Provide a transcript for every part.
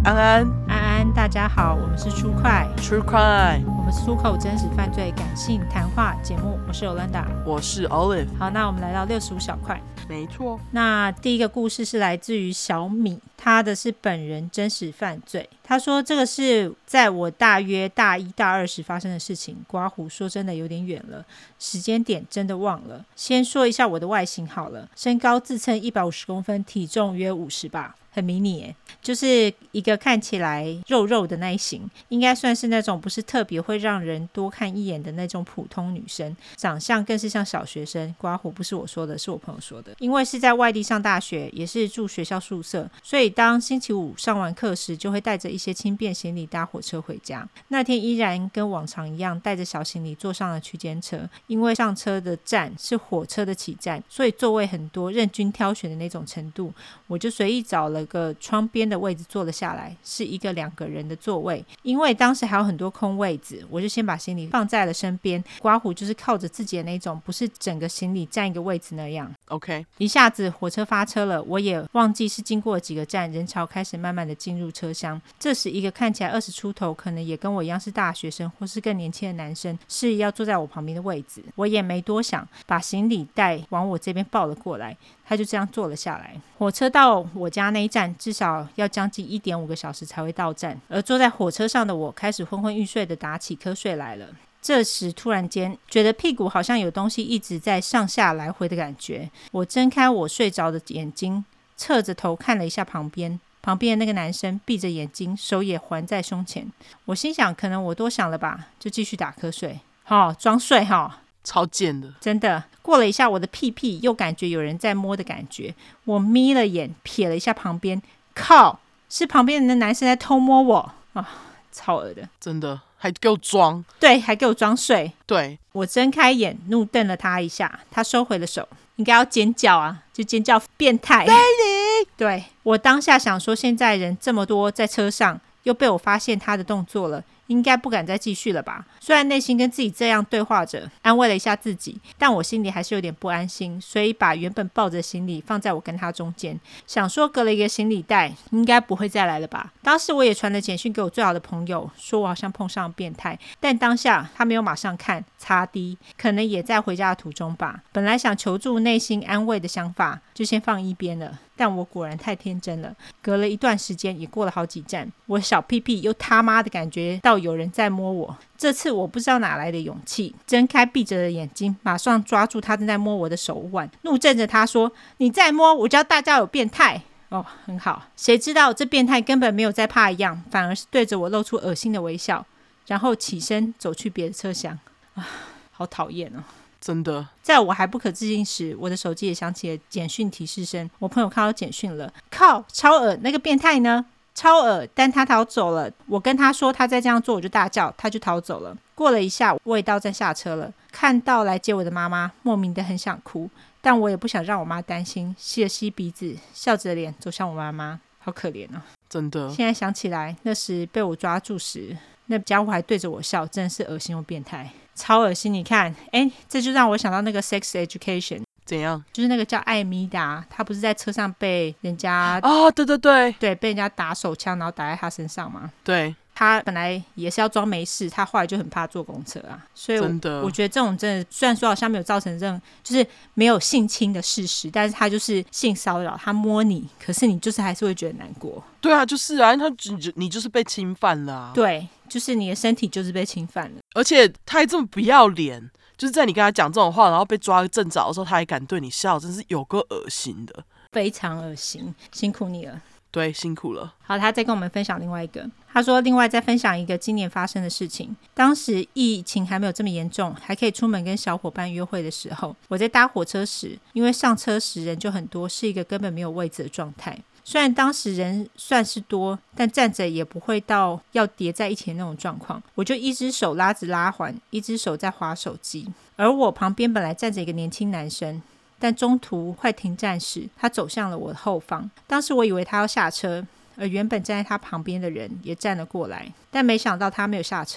安安， 安安，大家好，我们是出快 True Crime， 我们是出口真实犯罪感性谈话节目，我是 Yolanda， 我是 Olive。 好，那我们来到65小块。 没错， 那第一个故事是来自于小米，他的是本人真实犯罪。他说这个是在我大约大一大二时发生的事情，刮胡说真的有点远了，时间点真的忘了。先说一下我的外形好了，身高自称150公分，体重约50吧，很迷你耶，就是一个看起来肉肉的那一型，应该算是那种不是特别会让人多看一眼的那种普通女生，长相更是像小学生。刮胡不是我说的，是我朋友说的。因为是在外地上大学，也是住学校宿舍，所以当星期五上完课时，就会带着一些轻便行李搭火车回家。那天依然跟往常一样，带着小行李坐上了区间车。因为上车的站是火车的起站，所以座位很多，任君挑选的那种程度。我就随意找了个窗边的位置坐了下来，是一个2个人的座位。因为当时还有很多空位子，我就先把行李放在了身边。刮胡就是靠着自己的那种，不是整个行李占一个位置那样。 OK， 一下子火车发车了，我也忘记是经过了几个站，人潮开始慢慢的进入车厢。这时一个看起来20出头，可能也跟我一样是大学生或是更年轻的男生，示意要坐在我旁边的位置。我也没多想，把行李袋往我这边抱了过来，他就这样坐了下来。火车到我家那一站至少要将近1.5个小时才会到站，而坐在火车上的我开始昏昏欲睡的打起瞌睡来了。这时突然间觉得屁股好像有东西一直在上下来回的感觉，我睁开我睡着的眼睛，侧着头看了一下旁边的那个男生闭着眼睛，手也环在胸前。我心想可能我多想了吧，就继续打瞌睡，装睡超贱的， 真的。过了一下，我的屁屁又感觉有人在摸的感觉，我眯了眼，瞥了一下旁边，靠，是旁边的那男生在偷摸我啊，超恶的， 真的，还给我装， 对，还给我装睡。 对， 我睁开眼，怒瞪了他一下，他收回了手，应该要尖叫啊，就尖叫变态。对，我当下想说，现在人这么多，在车上又被我发现他的动作了，应该不敢再继续了吧。虽然内心跟自己这样对话着，安慰了一下自己，但我心里还是有点不安心，所以把原本抱着行李放在我跟他中间，想说隔了一个行李袋应该不会再来了吧。当时我也传了简讯给我最好的朋友，说我好像碰上变态，但当下他没有马上看，擦低，可能也在回家的途中吧。本来想求助内心安慰的想法就先放一边了，但我果然太天真了。隔了一段时间，也过了好几站，我小屁屁又他妈的感觉到有人在摸我。这次我不知道哪来的勇气，睁开闭着的眼睛，马上抓住他正在摸我的手腕，怒瞪着他说：你再摸，我就要大家有变态。很好。谁知道这变态根本没有在怕一样，反而是对着我露出恶心的微笑，然后起身走去别的车厢。好讨厌哦，真的。在我还不可置信时，我的手机也响起了简讯提示声。我朋友看到简讯了，靠，超恶，那个变态呢？超恶，但他逃走了。我跟他说他再这样做我就大叫，他就逃走了。过了一下，我也到站下车了，看到来接我的妈妈，莫名的很想哭，但我也不想让我妈担心，吸了吸鼻子，笑着脸走向我妈妈。好可怜哦，真的。现在想起来，那时被我抓住时，那家伙还对着我笑，真的是恶心又变态，超恶心。你看，这就让我想到那个 Sex Education。怎样？就是那个叫艾米达，他不是在车上被人家对，被人家打手枪，然后打在他身上嘛。对，他本来也是要装没事，他后来就很怕坐公车啊。所以我觉得这种真的，虽然说好像没有造成就是没有性侵的事实，但是他就是性骚扰，他摸你，可是你就是还是会觉得难过。对啊，就是啊，你就是被侵犯了啊。对，就是你的身体就是被侵犯了，而且他还这么不要脸。就是在你跟他讲这种话，然后被抓正着的时候，他还敢对你笑，真是有够恶心的，非常恶心，辛苦你了。对，辛苦了。好，他再跟我们分享另外一个，他说另外再分享一个今年发生的事情。当时疫情还没有这么严重，还可以出门跟小伙伴约会的时候，我在搭火车时，因为上车时人就很多，是一个根本没有位置的状态。虽然当时人算是多，但站着也不会到要叠在一起的那种状况。我就一只手拉着拉环，一只手在滑手机。而我旁边本来站着一个年轻男生，但中途快停站时，他走向了我的后方。当时我以为他要下车，而原本站在他旁边的人也站了过来，但没想到他没有下车，反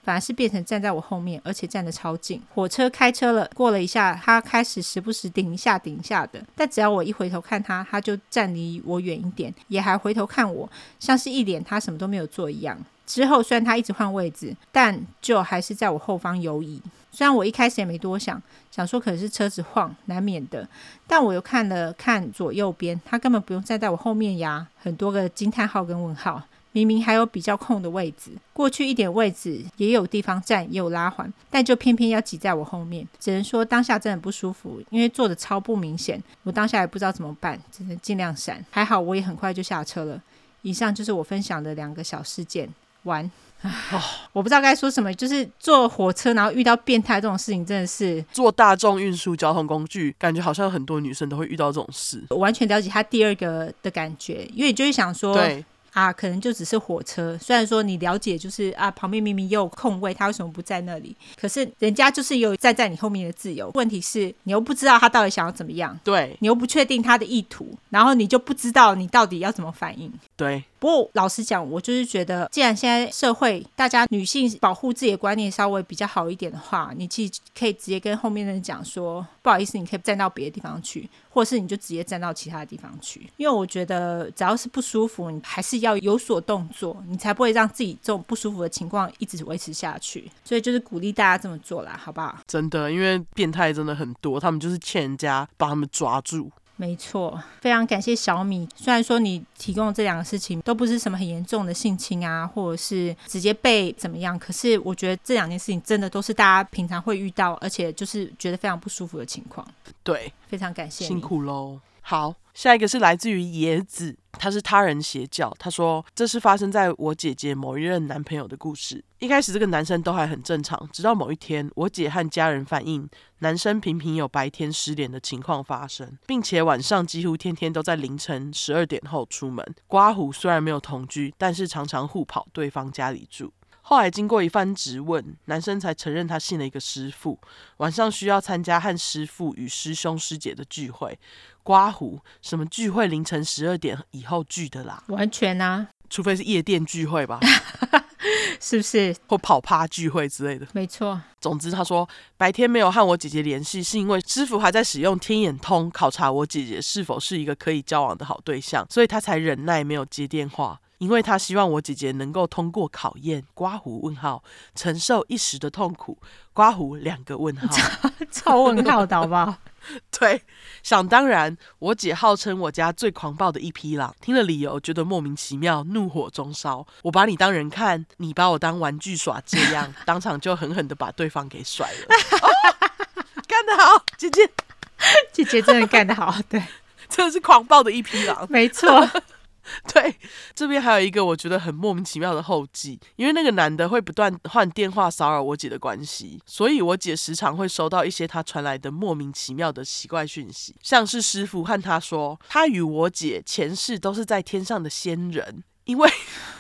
反而是变成站在我后面，而且站得超近。火车开车了，过了一下，他开始时不时顶一下的，但只要我一回头看他，他就站离我远一点，也还回头看我，像是一脸他什么都没有做一样。之后虽然他一直换位置，但就还是在我后方游移。虽然我一开始也没多想说可能是车子晃，难免的，但我又看了看左右边，他根本不用站在我后面呀，很多个惊叹号跟问号。明明还有比较空的位置，过去一点位置也有地方站，也有拉环，但就偏偏要挤在我后面。只能说当下真的不舒服，因为坐的超不明显，我当下也不知道怎么办，只能尽量闪。还好我也很快就下车了。以上就是我分享的2个小事件。完。我不知道该说什么，就是坐火车然后遇到变态这种事情，真的是坐大众运输交通工具，感觉好像很多女生都会遇到这种事。 我完全了解他第2个的感觉，因为你就会想说， 对可能就只是火车，虽然说你了解就是旁边明明也有空位，他为什么不在那里？可是人家就是有站在你后面的自由，问题是你又不知道他到底想要怎么样， 对， 你又不确定他的意图，然后你就不知道你到底要怎么反应。 对， 不过老实讲，我就是觉得既然现在社会大家女性保护自己的观念稍微比较好一点的话，你其实可以直接跟后面的人讲说，不好意思，你可以站到别的地方去，或是你就直接站到其他的地方去。因为我觉得只要是不舒服，你还是要有所动作，你才不会让自己这种不舒服的情况一直维持下去。所以就是鼓励大家这么做啦，好不好？ 真的，因为变态真的很多，他们就是欠人家把他们抓住。 没错，非常感谢小米。虽然说你提供的这2个事情都不是什么很严重的性侵啊，或者是直接被怎么样，可是我觉得这2件事情真的都是大家平常会遇到，而且就是觉得非常不舒服的情况。 对， 非常感谢你， 辛苦咯。好，下一个是来自于椰子，他是他人邪教。他说这是发生在我姐姐某一任男朋友的故事。一开始这个男生都还很正常，直到某一天我姐和家人反映男生频频有白天失联的情况发生，并且晚上几乎天天都在凌晨12点后出门。刮胡虽然没有同居，但是常常互跑对方家里住。后来经过一番质问，男生才承认他信了一个师父，晚上需要参加和师父与师兄师姐的聚会。刮胡什么聚会凌晨12点以后聚的啦？ 完全啊， 除非是夜店聚会吧是不是？ 或跑趴聚会之类的。 没错。 总之他说白天没有和我姐姐联系，是因为师父还在使用天眼通考察我姐姐是否是一个可以交往的好对象，所以他才忍耐没有接电话，因为他希望我姐姐能够通过考验。刮胡问号承受一时的痛苦。刮胡2个问号超问号的好不好？ 对，想当然，我姐号称我家最狂暴的一匹狼，听了理由觉得莫名其妙，怒火中烧。我把你当人看，你把我当玩具耍，这样当场就狠狠的把对方给甩了。干得好，姐姐， 姐姐真的干得好，对， 真的是狂暴的一匹狼， 没错。 对，这边还有一个我觉得很莫名其妙的后记，因为那个男的会不断换电话骚扰我姐的关系，所以我姐时常会收到一些他传来的莫名其妙的奇怪讯息，像是师父和他说他与我姐前世都是在天上的仙人，因为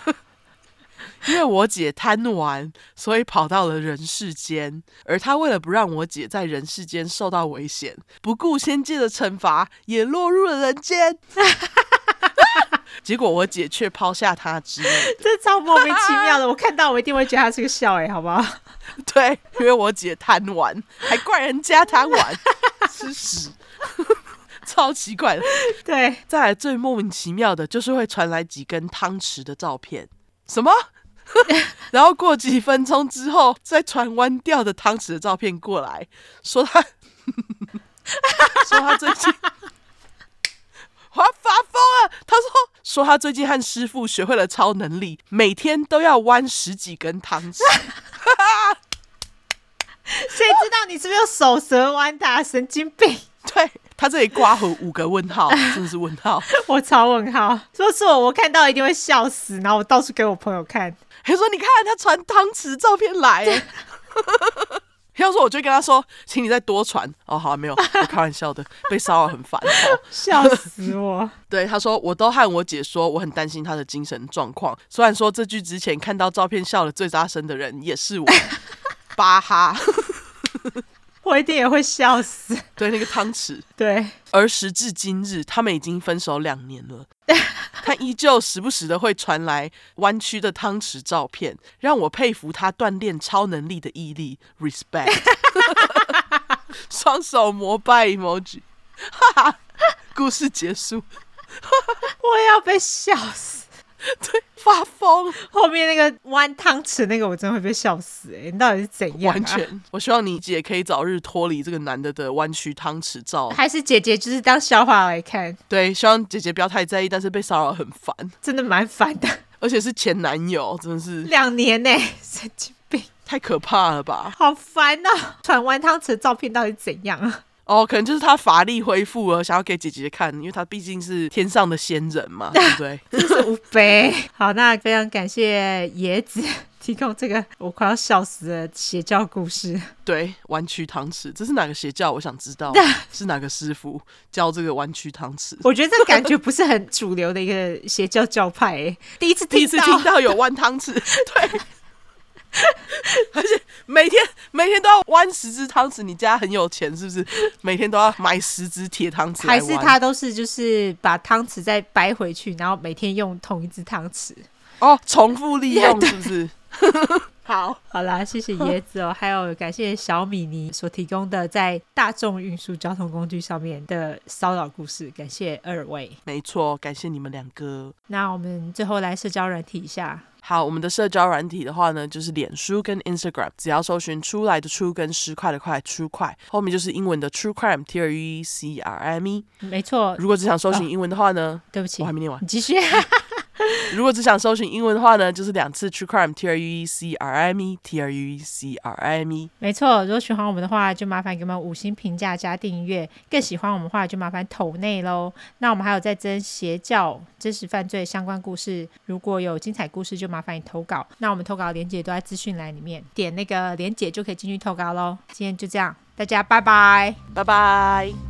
我姐贪玩，所以跑到了人世间，而他为了不让我姐在人世间受到危险，不顾仙界的惩罚，也落入了人间。结果我姐却抛下他之类的， 这超莫名其妙的。我看到我一定会觉得他是个笑好不好？ 对，因为我姐贪玩，还怪人家贪玩，吃屎，超奇怪的。 对， 再来最莫名其妙的就是会传来几根汤匙的照片，什么？然后过几分钟之后，再传弯掉的汤匙的照片过来，说他最近。我要发疯了！他说他最近和师父学会了超能力，每天都要弯10几根汤匙。 谁知道你是不是用手舌弯他？神经病！ 对，他这里刮胡5个问号，真的是问号。 我超问号，说是我看到一定会笑死，然后我到处给我朋友看。 他说你看他传汤匙照片来。要说我就跟他说，请你再多传。哦，好，没有，我开玩笑的，被骚扰很烦。 笑死我。 对，他说我都和我姐说，我很担心他的精神状况。虽然说这句之前看到照片笑得最大声的人也是我。巴哈。 我一定也会笑死。 对，那个汤匙。 对， 而时至今日，他们已经分手2年了，他依旧时不时的会传来弯曲的汤匙照片，让我佩服他锻炼超能力的毅力 ，respect。双手膜拜 emoji， 故事结束。 我也要被笑死。 对，发疯。 后面那个弯汤匙那个，我真的会被笑死。你到底是怎样啊？ 完全，我希望你姐可以早日脱离这个男的弯曲汤匙照。 还是姐姐就是当笑话来看？ 对，希望姐姐不要太在意，但是被骚扰很烦， 真的蛮烦的。 而且是前男友，真的是 2年呢，神经病， 太可怕了吧？ 好烦哦！传弯汤匙的照片到底怎样啊？ 哦，可能就是他法力恢复了，想要给姐姐看，因为他毕竟是天上的仙人嘛，对不对？ 真是无悲。好，那非常感谢椰子提供这个我快要笑死的邪教故事。 对，弯曲汤匙，这是哪个邪教？我想知道是哪个师傅教这个弯曲汤匙。 我觉得这感觉不是很主流的一个邪教教派耶，第一次听到有弯汤匙，对。而且每天都要弯10只汤匙，你家很有钱是不是？每天都要买10只铁汤匙来弯？ 还是他都是就是把汤匙再掰回去，然后每天用同一只汤匙？ 哦，重复利用是不是？ 好啦，谢谢椰子哦，还有感谢小米妮所提供的在大众运输交通工具上面的骚扰故事，感谢2位。 没错，感谢你们2个。 那我们最后来社交软体一下。 好，我们的社交软体的话呢，就是脸书跟 Instagram， 只要搜寻出来的出跟10块的块，True Crime，后面就是英文的 True Crime TRUECRIME。 没错。 如果只想搜寻英文的话呢， 对不起， 我还没念完， 你继续。 如果只想搜寻英文的话呢，就是2次 True Crime TRUECRIME TRUECRIME。 没错，如果喜欢我们的话，就麻烦给我们5星评价加订阅；更喜欢我们的话，就麻烦抖内咯。那我们还有在征邪教、真实犯罪相关故事，如果有精彩故事，就麻烦你投稿。那我们投稿连结都在资讯栏里面，点那个连结就可以进去投稿咯。今天就这样，大家拜拜， 拜拜。